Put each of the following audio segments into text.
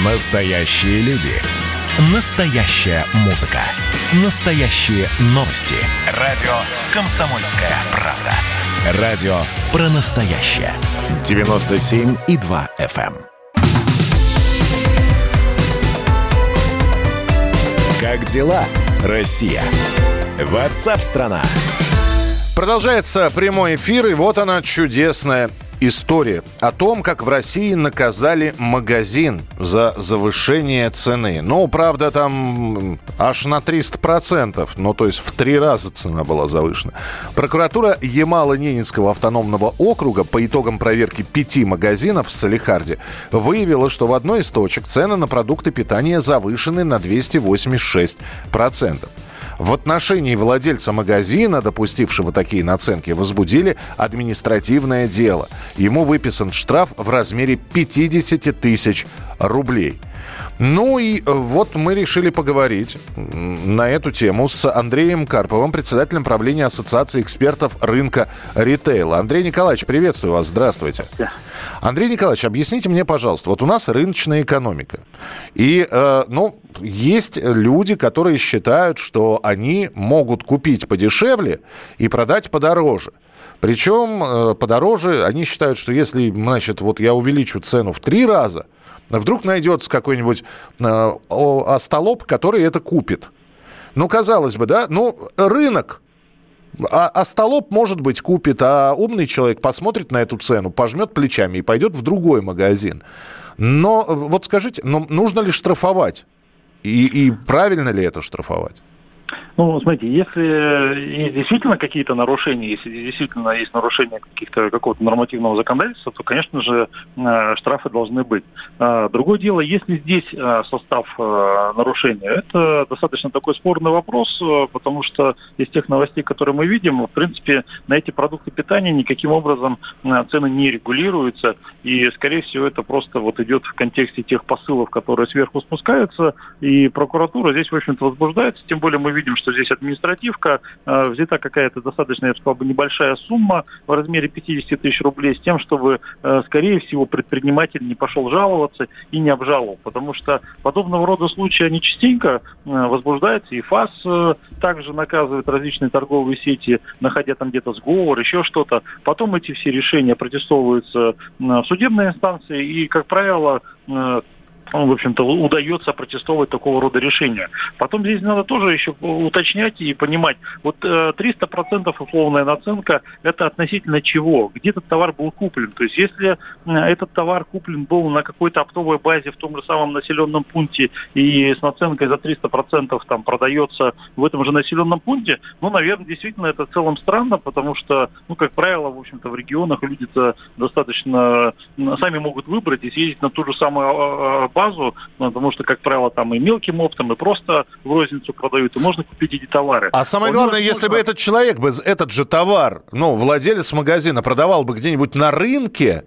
Настоящие люди. Настоящая музыка. Настоящие новости. Радио «Комсомольская правда». Радио про настоящее. 97,2 FM. Как дела, Россия? WhatsApp-страна. Продолжается прямой эфир, и вот она, чудесная история о том, как в России наказали магазин за завышение цены. Ну, правда, там аж на 300%, ну, то есть в 3 раза цена была завышена. Прокуратура Ямало-Ненецкого автономного округа по итогам проверки 5 магазинов в Салехарде выявила, что в одной из точек цены на продукты питания завышены на 286%. В отношении владельца магазина, допустившего такие наценки, возбудили административное дело. Ему выписан штраф в размере 50 тысяч рублей. Ну и вот мы решили поговорить на эту тему с Андреем Карповым, председателем правления Ассоциации экспертов рынка ритейла. Андрей Николаевич, приветствую вас, здравствуйте. Андрей Николаевич, объясните мне, пожалуйста, вот у нас рыночная экономика. И, есть люди, которые считают, что они могут купить подешевле и продать подороже. Причем подороже они считают, что если, значит, вот я увеличу цену в 3 раза, вдруг найдется какой-нибудь остолоп, который это купит. Ну, казалось бы, да, рынок. А остолоп, может быть, купит, а умный человек посмотрит на эту цену, пожмет плечами и пойдет в другой магазин. Но вот скажите, нужно ли штрафовать? И правильно ли это штрафовать? Ну, смотрите, если есть действительно какие-то нарушения, если действительно есть нарушение какого-то нормативного законодательства, то, конечно же, штрафы должны быть. Другое дело, если здесь состав нарушения, это достаточно такой спорный вопрос, потому что из тех новостей, которые мы видим, в принципе, на эти продукты питания никаким образом цены не регулируются, и, скорее всего, это просто вот идет в контексте тех посылов, которые сверху спускаются, и прокуратура здесь, в общем-то, возбуждается, тем более мы видим, что здесь административка, взята какая-то достаточно, я бы сказал, небольшая сумма в размере 50 тысяч рублей с тем, чтобы, скорее всего, предприниматель не пошел жаловаться и не обжаловал, потому что подобного рода случаи, они частенько возбуждаются, и ФАС также наказывает различные торговые сети, находя там где-то сговор, еще что-то. Потом эти все решения протестовываются в судебной инстанции, и, как правило, в общем-то, удается протестовать такого рода решения. Потом здесь надо тоже еще уточнять и понимать. Вот 300% условная наценка, это относительно чего? Где этот товар был куплен? То есть, если этот товар куплен был на какой-то оптовой базе в том же самом населенном пункте и с наценкой за 300% там продается в этом же населенном пункте, наверное, действительно это в целом странно, потому что, как правило, в общем-то, в регионах люди-то достаточно сами могут выбрать и съездить на ту же самую базу, потому что, как правило, там и мелким оптом, и просто в розницу продают, и можно купить эти товары. А самое главное, если бы этот человек, этот же товар, владелец магазина продавал бы где-нибудь на рынке,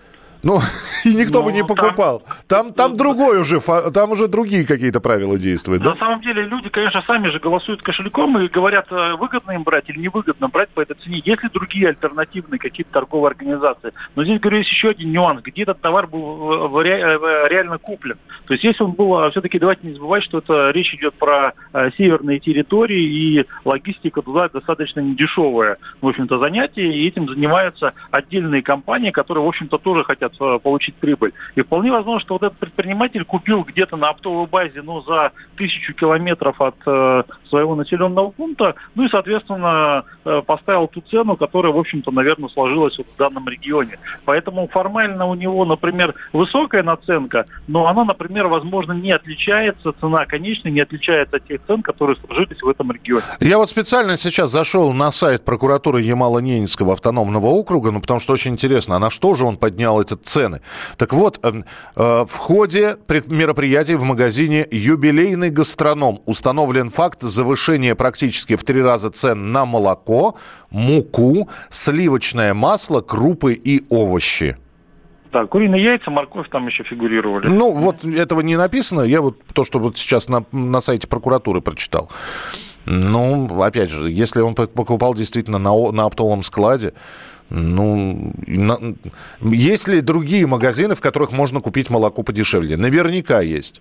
и никто бы не покупал. Там другой уже, там уже другие какие-то правила действуют, да? На самом деле люди, конечно, сами же голосуют кошельком и говорят, выгодно им брать или невыгодно брать по этой цене. Есть ли другие альтернативные какие-то торговые организации? Но здесь, говорю, есть еще один нюанс, где этот товар был реально куплен. То есть если он был, все-таки давайте не забывать, что это речь идет про северные территории, и логистика туда достаточно недешевая, в общем-то, занятие, и этим занимаются отдельные компании, которые, в общем-то, тоже хотят получить прибыль. И вполне возможно, что вот этот предприниматель купил где-то на оптовой базе, за 1000 километров от своего населенного пункта, и, соответственно, поставил ту цену, которая, в общем-то, наверное, сложилась в данном регионе. Поэтому формально у него, например, высокая наценка, но она, например, возможно, не отличается, цена конечная не отличается от тех цен, которые сложились в этом регионе. Я вот специально сейчас зашел на сайт прокуратуры Ямало-Ненецкого автономного округа, потому что очень интересно, а на что же он поднял эти цены? Так вот, в ходе мероприятий в магазине «Юбилейный гастроном» установлен факт завышения практически в 3 раза цен на молоко, муку, сливочное масло, крупы и овощи. Да, куриные яйца, морковь там еще фигурировали. Вот этого не написано. Я вот то, что вот сейчас на сайте прокуратуры прочитал. Опять же, если он покупал действительно на оптовом складе, Есть ли другие магазины, в которых можно купить молоко подешевле? Наверняка есть.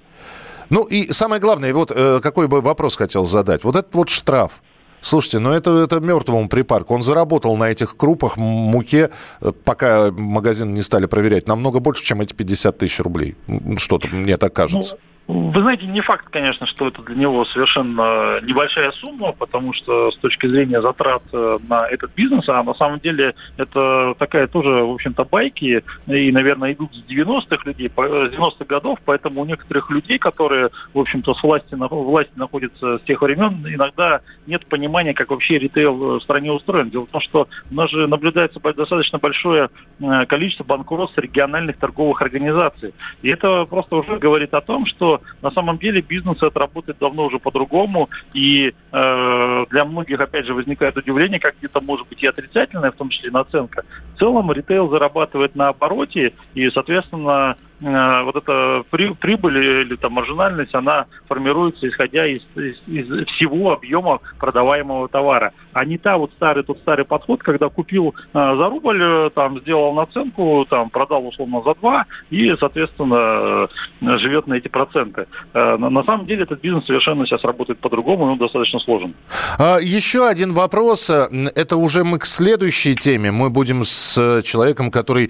И самое главное, вот какой бы вопрос хотел задать. Вот этот вот штраф. Слушайте, это мертвому припарку. Он заработал на этих крупах, муке, пока магазины не стали проверять, намного больше, чем эти 50 тысяч рублей. Что-то мне так кажется. Вы знаете, не факт, конечно, что это для него совершенно небольшая сумма, потому что с точки зрения затрат на этот бизнес, а на самом деле это такая тоже, в общем-то, байки, и, наверное, идут с 90-х людей, с 90-х годов, поэтому у некоторых людей, которые, в общем-то, с власти находятся с тех времен, иногда нет понимания, как вообще ритейл в стране устроен. Дело в том, что у нас же наблюдается достаточно большое количество банкротств региональных торговых организаций. И это просто уже говорит о том, что на самом деле бизнес это работает давно уже по-другому, и для многих, опять же, возникает удивление, как где-то может быть и отрицательная, в том числе наценка. В целом ритейл зарабатывает на обороте, и, соответственно, вот эта прибыль или там маржинальность, она формируется исходя из всего объема продаваемого товара. А не тот старый подход, когда купил за рубль, там сделал наценку, там продал условно за 2 и, соответственно, живет на эти проценты. На самом деле этот бизнес совершенно сейчас работает по-другому, и он достаточно сложен. Еще один вопрос. Это уже мы к следующей теме. Мы будем с человеком, который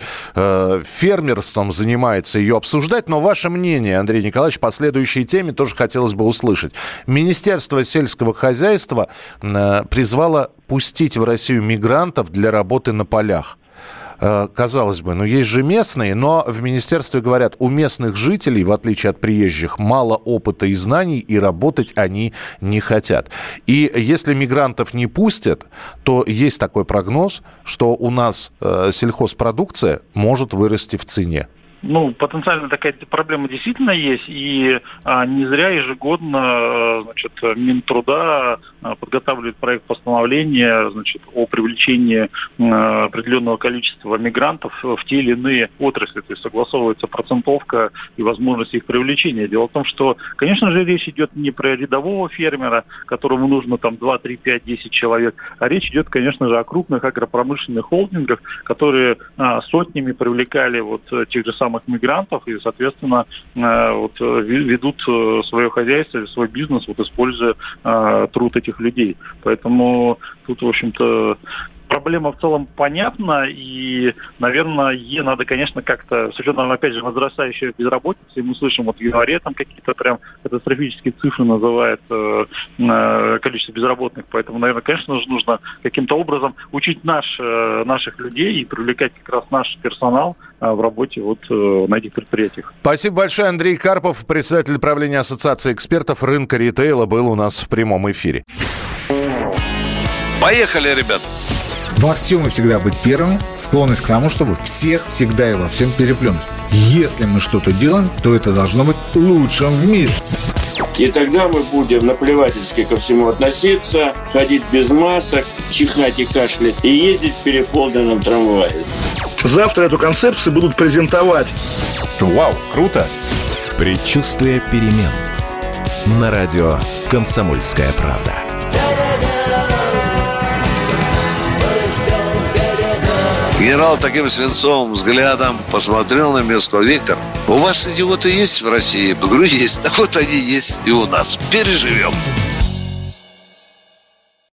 фермерством занимается, ее обсуждать, но ваше мнение, Андрей Николаевич, по следующей теме тоже хотелось бы услышать. Министерство сельского хозяйства призвало пустить в Россию мигрантов для работы на полях. Казалось бы, есть же местные, но в министерстве говорят, у местных жителей, в отличие от приезжих, мало опыта и знаний, и работать они не хотят. И если мигрантов не пустят, то есть такой прогноз, что у нас сельхозпродукция может вырасти в цене. Потенциально такая проблема действительно есть, и не зря ежегодно, Минтруда подготавливает проект постановления, о привлечении определенного количества мигрантов в те или иные отрасли, то есть согласовывается процентовка и возможность их привлечения. Дело в том, что, конечно же, речь идет не про рядового фермера, которому нужно 2, 3, 5, 10 человек, а речь идет, конечно же, о крупных агропромышленных холдингах, которые сотнями привлекали тех же самых мигрантов и, соответственно, ведут свое хозяйство, свой бизнес, используя труд этих людей. Поэтому тут, в общем-то, проблема в целом понятна, и, наверное, надо, конечно, как-то, с учетом, опять же, возрастающей безработицы, и мы слышим, в январе какие-то прям катастрофические цифры называют количество безработных, поэтому, наверное, конечно же, нужно каким-то образом учить наших людей и привлекать как раз наш персонал в работе на этих предприятиях. Спасибо большое. Андрей Карпов, председатель правления Ассоциации экспертов рынка ритейла, был у нас в прямом эфире. Поехали, ребят! Во всем и всегда быть первым, склонность к тому, чтобы всех, всегда и во всем переплюнуть. Если мы что-то делаем, то это должно быть лучшим в мире. И тогда мы будем наплевательски ко всему относиться, ходить без масок, чихать и кашлять, и ездить в переполненном трамвае. Завтра эту концепцию будут презентовать. Вау, круто! Предчувствие перемен. На радио «Комсомольская правда». Генерал таким свинцовым взглядом посмотрел на меня и сказал: Виктор, у вас идиоты есть в России? Я говорю, есть. Так вот они есть и у нас. Переживем.